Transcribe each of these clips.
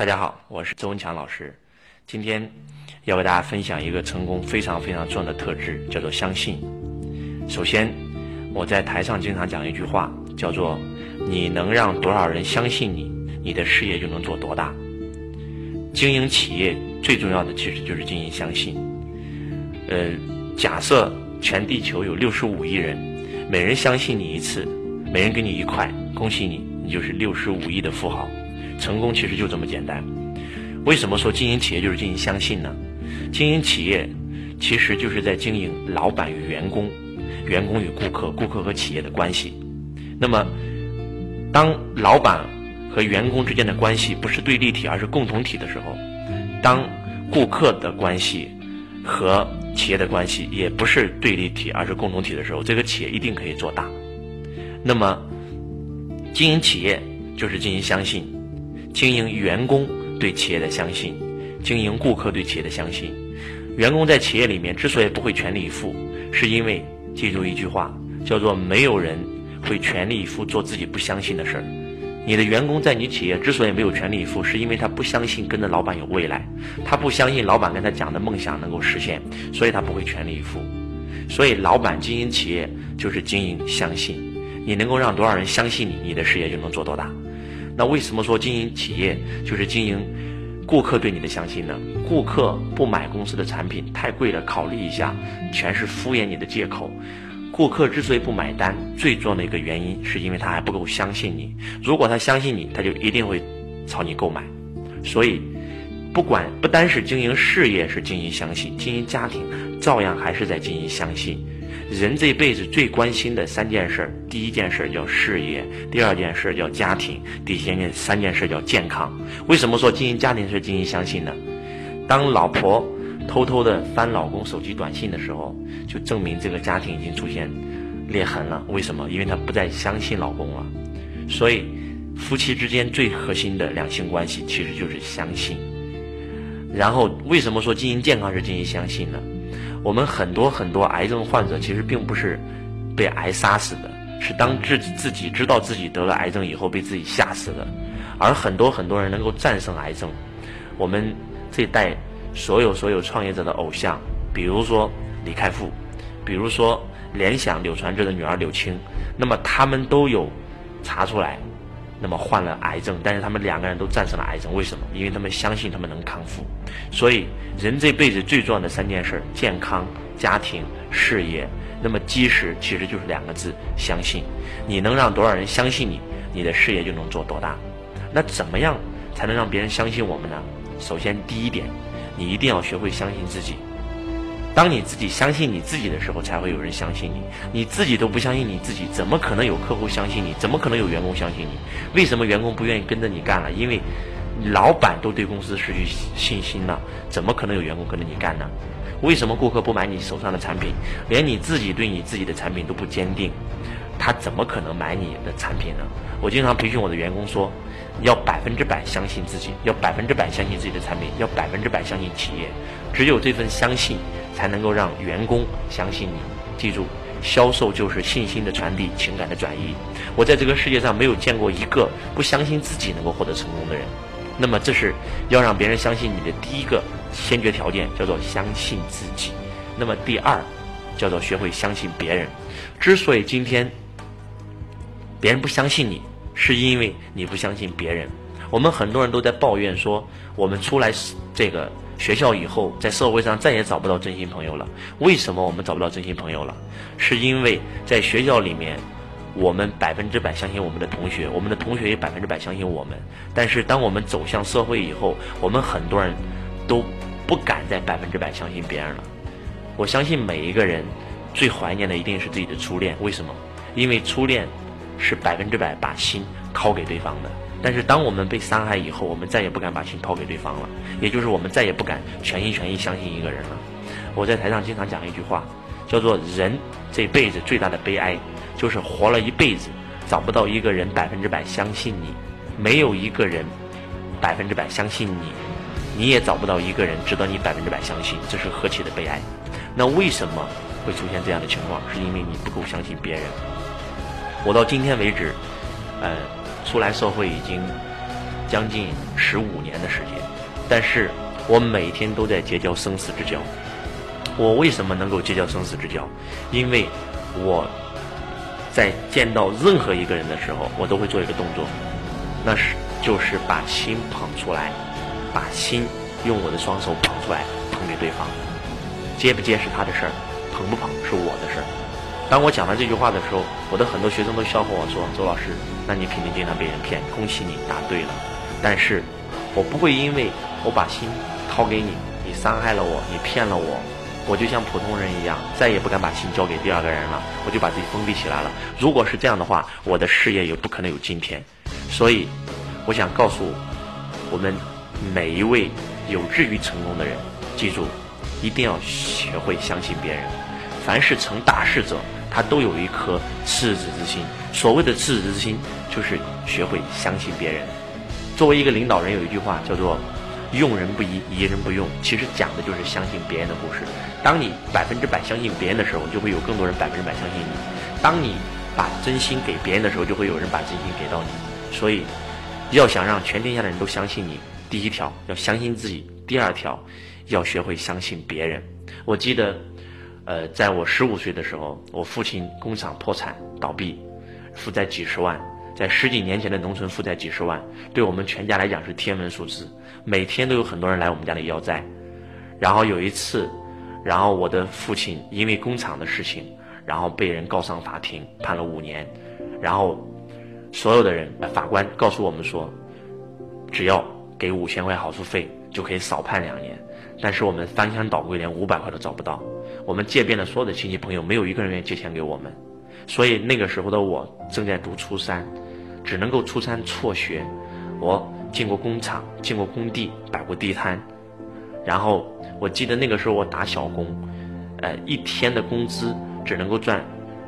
大家好，我是周文强老师。今天要给大家分享一个成功非常重要的特质，叫做相信。首先，我在台上经常讲一句话，叫做你能让多少人相信你，你的事业就能做多大。经营企业最重要的其实就是经营相信。假设全地球有65亿人，每人相信你一次，每人给你1块，恭喜你，你就是65亿的富豪。成功其实就这么简单。为什么说经营企业就是经营相信呢？经营企业其实就是在经营老板与员工、员工与顾客、顾客和企业的关系。那么当老板和员工之间的关系不是对立体而是共同体的时候，当顾客的关系和企业的关系也不是对立体而是共同体的时候，这个企业一定可以做大。那么经营企业就是经营相信，经营员工对企业的相信，经营顾客对企业的相信。员工在企业里面之所以不会全力以赴，是因为记住一句话，叫做没有人会全力以赴做自己不相信的事儿。你的员工在你企业之所以没有全力以赴，是因为他不相信跟着老板有未来，他不相信老板跟他讲的梦想能够实现，所以他不会全力以赴。所以老板经营企业就是经营相信，你能够让多少人相信你，你的事业就能做多大。那为什么说经营企业就是经营顾客对你的相信呢？顾客不买公司的产品太贵了，考虑一下，全是敷衍你的借口。顾客之所以不买单，最重要的一个原因是因为他还不够相信你。如果他相信你，他就一定会朝你购买。所以不单是经营事业是经营相信，经营家庭照样还是在经营相信。人这辈子最关心的3件事，第一件事叫事业，第2件事叫家庭，第3件事叫健康。为什么说经营家庭是经营相信呢？当老婆偷偷的翻老公手机短信的时候，就证明这个家庭已经出现裂痕了。为什么？因为她不再相信老公了。所以夫妻之间最核心的两性关系其实就是相信。然后为什么说经营健康是经营相信呢？我们很多癌症患者其实并不是被癌杀死的，是当自己知道自己得了癌症以后被自己吓死的。而很多人能够战胜癌症，我们这一代所有创业者的偶像，比如说李开复，比如说联想柳传志的女儿柳青，那么他们都有查出来那么患了癌症，但是他们2个人都战胜了癌症。为什么？因为他们相信他们能康复。所以人这辈子最重要的3件事，健康、家庭、事业，那么基石其实就是2个字，相信。你能让多少人相信你，你的事业就能做多大。那怎么样才能让别人相信我们呢？首先第一点，你一定要学会相信自己。当你自己相信你自己的时候，才会有人相信你。你自己都不相信你自己，怎么可能有客户相信你？怎么可能有员工相信你？为什么员工不愿意跟着你干了？因为老板都对公司失去信心了，怎么可能有员工跟着你干呢？为什么顾客不买你手上的产品？连你自己对你自己的产品都不坚定，他怎么可能买你的产品呢？我经常培训我的员工说，要100%相信自己，要100%相信自己的产品，要100%相信企业。只有这份相信，才能够让员工相信你。记住，销售就是信心的传递，情感的转移。我在这个世界上没有见过一个不相信自己能够获得成功的人。那么这是要让别人相信你的第一个先决条件，叫做相信自己。那么第2叫做学会相信别人。之所以今天别人不相信你，是因为你不相信别人。我们很多人都在抱怨说，我们出来这个学校以后，在社会上再也找不到真心朋友了。为什么我们找不到真心朋友了？是因为在学校里面，我们100%相信我们的同学，我们的同学也100%相信我们。但是当我们走向社会以后，我们很多人都不敢再100%相信别人了。我相信每一个人最怀念的一定是自己的初恋。为什么？因为初恋是100%把心掏给对方的。但是当我们被伤害以后，我们再也不敢把心掏给对方了，也就是我们再也不敢全心全意相信一个人了。我在台上经常讲一句话，叫做人这辈子最大的悲哀，就是活了一辈子找不到一个人100%相信你，没有一个人100%相信你，你也找不到一个人值得你100%相信，这是何其的悲哀。那为什么会出现这样的情况？是因为你不够相信别人。我到今天为止出来社会已经将近15年的时间，但是我每天都在结交生死之交。我为什么能够结交生死之交？因为我在见到任何一个人的时候，我都会做一个动作，就是把心捧出来，把心用我的双手捧出来，捧给对方。接不接是他的事儿，捧不捧是我的事儿。当我讲完这句话的时候，我的很多学生都笑话我说：“周老师，那你肯定经常被人骗，恭喜你答对了。”但是我不会因为我把心掏给你，你伤害了我，你骗了我，我就像普通人一样，再也不敢把心交给第二个人了，我就把自己封闭起来了。如果是这样的话，我的事业也不可能有今天。所以我想告诉我们每一位有志于成功的人，记住一定要学会相信别人。凡是成大事者，他都有一颗赤子之心。所谓的赤子之心，就是学会相信别人。作为一个领导人，有一句话叫做用人不疑，疑人不用，其实讲的就是相信别人的故事。当你100%相信别人的时候，就会有更多人100%相信你。当你把真心给别人的时候，就会有人把真心给到你。所以要想让全天下的人都相信你，第一条要相信自己，第二条要学会相信别人。我记得在我15岁的时候，我父亲工厂破产倒闭，负债几十万，在10几年前的农村负债几十万，对我们全家来讲是天文数字，每天都有很多人来我们家里要债。然后有一次，然后我的父亲因为工厂的事情，然后被人告上法庭，判了5年。然后所有的人，法官告诉我们说，只要给5000块好处费就可以少判2年。但是我们翻箱倒柜连500块都找不到，我们借遍了所有的亲戚朋友，没有一个人愿意借钱给我们。所以那个时候的我正在读初3，只能够初3辍学。我进过工厂，进过工地，摆过地摊。然后我记得那个时候我打小工，一天的工资只能够赚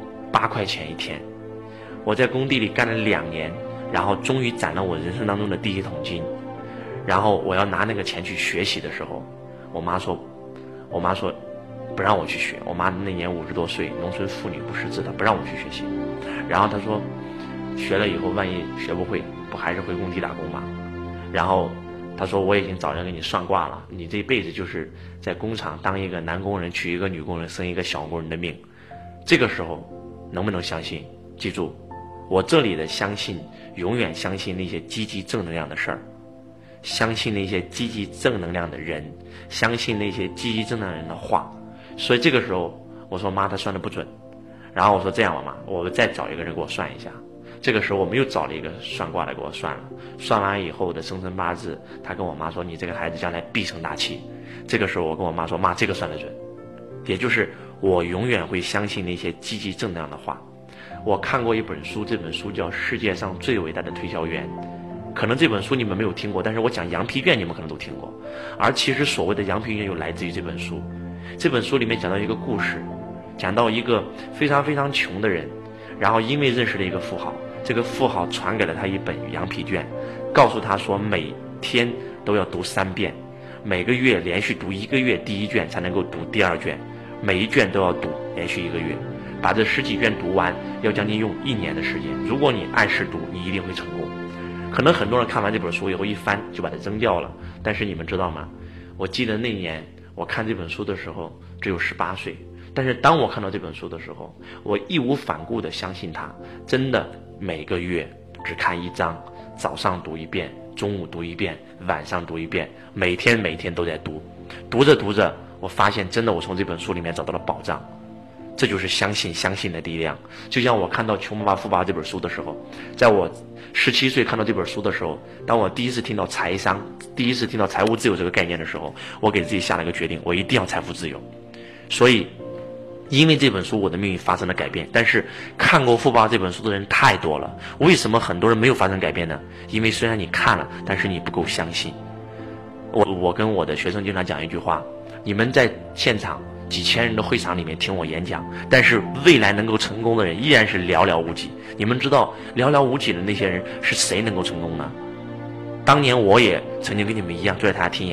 8块钱一天。我在工地里干了2年，然后终于攒了我人生当中的第1桶金。然后我要拿那个钱去学习的时候，我妈说不让我去学。我妈那年50多岁，农村妇女不识字的，不让我去学习。然后她说，学了以后万一学不会，不还是回工地打工吗？然后她说，我已经找人给你算卦了，你这辈子就是在工厂当一个男工人，娶一个女工人，生一个小工人的命。这个时候能不能相信？记住，我这里的相信，永远相信那些积极正能量的事儿，相信那些积极正能量的人，相信那些积极正能量人的话。所以这个时候我说，妈，他算的不准。然后我说，这样吧妈，我再找一个人给我算一下。这个时候我们又找了一个算卦的给我算了，算完以后的生辰八字，他跟我妈说，你这个孩子将来必成大器。这个时候我跟我妈说，妈，这个算得准。也就是我永远会相信那些积极正能量的话。我看过一本书，这本书叫《世界上最伟大的推销员》。可能这本书你们没有听过，但是我讲羊皮卷你们可能都听过。而其实所谓的羊皮卷又来自于这本书。这本书里面讲到一个故事，讲到一个非常非常穷的人，然后因为认识了一个富豪，这个富豪传给了他一本羊皮卷，告诉他说每天都要读3遍，每个月连续读1个月第1卷才能够读第2卷，每一卷都要读连续1个月，把这10几卷读完要将近用1年的时间。如果你按时读，你一定会成功。可能很多人看完这本书以后一翻就把它扔掉了，但是你们知道吗？我记得那年我看这本书的时候只有18岁，但是当我看到这本书的时候，我义无反顾地相信它，真的每个月只看1章，早上读1遍，中午读1遍，晚上读1遍，每天都在读。读着读着，我发现真的我从这本书里面找到了宝藏。这就是相信的力量。就像我看到《穷爸爸富爸爸》这本书的时候，在我17岁看到这本书的时候，当我第一次听到财商，第一次听到财务自由这个概念的时候，我给自己下了一个决定，我一定要财富自由。所以因为这本书我的命运发生了改变。但是看过《富爸爸》这本书的人太多了，为什么很多人没有发生改变呢？因为虽然你看了，但是你不够相信。我跟我的学生经常讲一句话，你们在现场几千人的会场里面听我演讲，但是未来能够成功的人依然是寥寥无几。你们知道寥寥无几的那些人是谁能够成功呢？当年我也曾经跟你们一样坐在台下听演讲，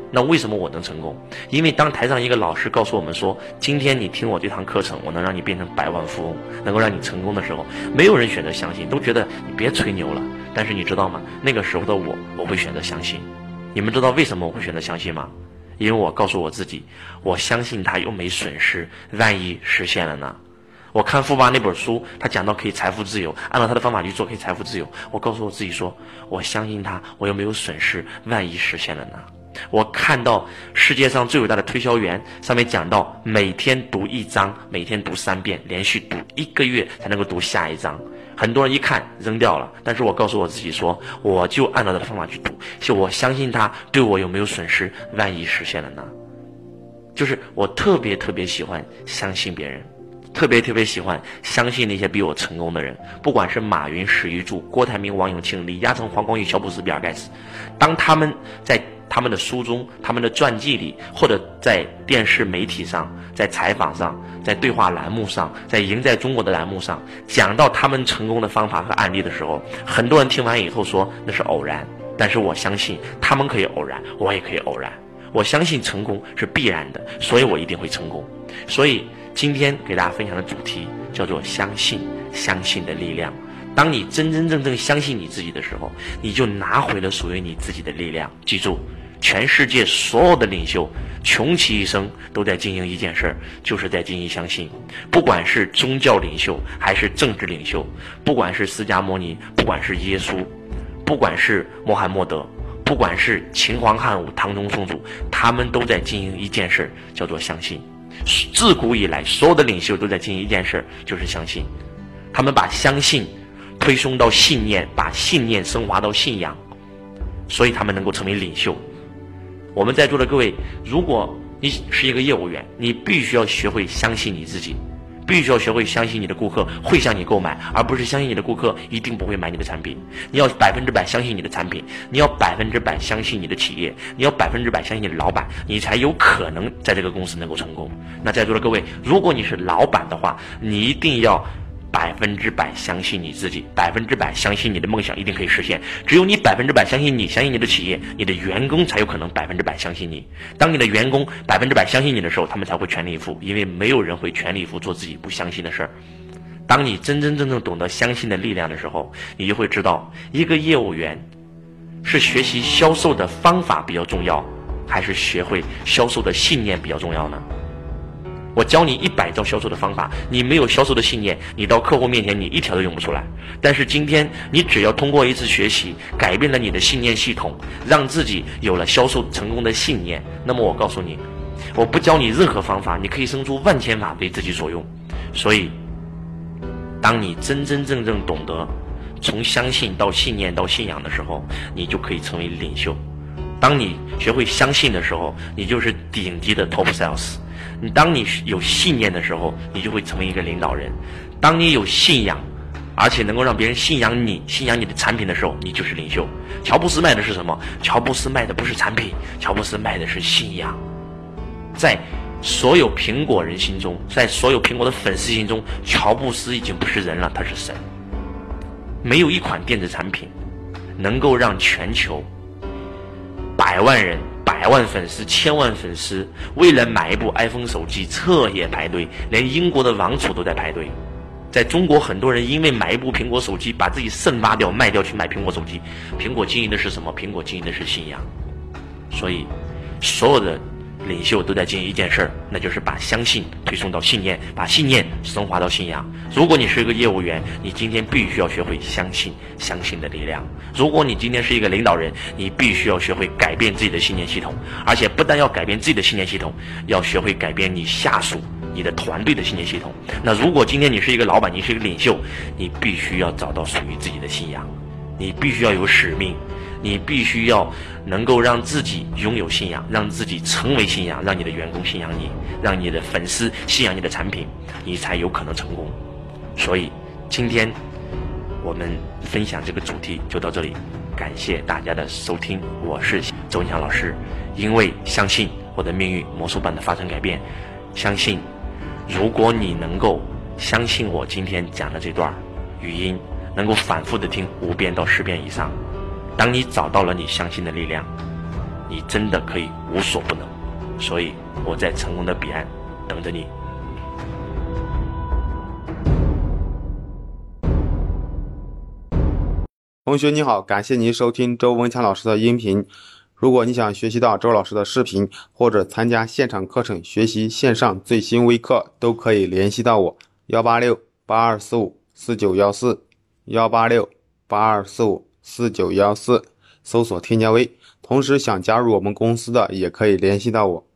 那为什么我能成功？因为当台上一个老师告诉我们说，今天你听我这堂课程，我能让你变成百万富翁，能够让你成功的时候，没有人选择相信，都觉得你别吹牛了。但是你知道吗？那个时候的我会选择相信。你们知道为什么我会选择相信吗？因为我告诉我自己，我相信他又没损失，万一实现了呢？我看富爸那本书，他讲到可以财富自由，按照他的方法去做可以财富自由。我告诉我自己说，我相信他，我又没有损失，万一实现了呢？我看到世界上最伟大的推销员上面讲到，每天读一章，每天读3遍，连续读1个月才能够读下一章。很多人一看扔掉了，但是我告诉我自己说，我就按照他的方法去读，就我相信他对我有没有损失，万一实现了呢？就是我特别喜欢相信别人，特别喜欢相信那些比我成功的人，不管是马云、史玉柱、郭台铭、王永庆、李嘉诚、黄光裕、乔布斯、比尔盖茨，当他们在他们的书中、他们的传记里，或者在电视媒体上、在采访上、在对话栏目上、在赢在中国的栏目上讲到他们成功的方法和案例的时候，很多人听完以后说那是偶然，但是我相信他们可以偶然，我也可以偶然。我相信成功是必然的，所以我一定会成功。所以今天给大家分享的主题叫做相信，相信的力量。当你真正相信你自己的时候，你就拿回了属于你自己的力量。记住，全世界所有的领袖穷其一生都在经营一件事，就是在经营相信。不管是宗教领袖还是政治领袖，不管是释迦牟尼，不管是耶稣，不管是穆罕默德，不管是秦皇汉武、唐宗宋祖，他们都在经营一件事，叫做相信。自古以来，所有的领袖都在经营一件事，就是相信。他们把相信推送到信念，把信念升华到信仰，所以他们能够成为领袖。我们在座的各位，如果你是一个业务员，你必须要学会相信你自己，必须要学会相信你的顾客会向你购买，而不是相信你的顾客一定不会买你的产品。你要100%相信你的产品，你要100%相信你的企业，你要100%相信你的老板，你才有可能在这个公司能够成功。那在座的各位，如果你是老板的话，你一定要100%相信你自己，100%相信你的梦想一定可以实现。只有你100%相信你，相信你的企业，你的员工才有可能100%相信你。当你的员工100%相信你的时候，他们才会全力以赴，因为没有人会全力以赴做自己不相信的事儿。当你真正懂得相信的力量的时候，你就会知道，一个业务员是学习销售的方法比较重要，还是学会销售的信念比较重要呢？我教你100招销售的方法，你没有销售的信念，你到客户面前你一条都用不出来。但是今天你只要通过一次学习，改变了你的信念系统，让自己有了销售成功的信念，那么我告诉你，我不教你任何方法，你可以生出万千法为自己所用。所以当你真正懂得从相信到信念到信仰的时候，你就可以成为领袖。当你学会相信的时候，你就是顶级的 top sales。当你有信念的时候，你就会成为一个领导人。当你有信仰，而且能够让别人信仰你的产品的时候，你就是领袖。乔布斯卖的是什么？乔布斯卖的不是产品，乔布斯卖的是信仰。在所有苹果人心中，在所有苹果的粉丝心中，乔布斯已经不是人了，他是神。没有一款电子产品能够让全球100万人、100万粉丝、1000万粉丝为了买一部 iPhone 手机彻夜排队，连英国的王储都在排队。在中国，很多人因为买一部苹果手机把自己肾挖掉卖掉去买苹果手机。苹果经营的是什么？苹果经营的是信仰。所以所有的领袖都在经营一件事儿，那就是把相信推送到信念，把信念升华到信仰。如果你是一个业务员，你今天必须要学会相信，相信的力量。如果你今天是一个领导人，你必须要学会改变自己的信念系统，而且不但要改变自己的信念系统，要学会改变你下属、你的团队的信念系统。那如果今天你是一个老板，你是一个领袖，你必须要找到属于自己的信仰，你必须要有使命，你必须要能够让自己拥有信仰，让自己成为信仰，让你的员工信仰你，让你的粉丝信仰你的产品，你才有可能成功。所以今天我们分享这个主题就到这里，感谢大家的收听，我是周文强老师。因为相信我的命运魔术般的发生改变，相信如果你能够相信我今天讲的这段语音，能够反复的听5遍到10遍以上，当你找到了你相信的力量， 你真的可以无所不能。所以我在成功的彼岸等着你。 同学你好，感谢您收听周文强老师的音频。如果你想学习到周老师的视频，或者参加现场课程学习线上最新微课，都可以联系到我18682454914 18682454914，搜索添加微。同时想加入我们公司的也可以联系到我。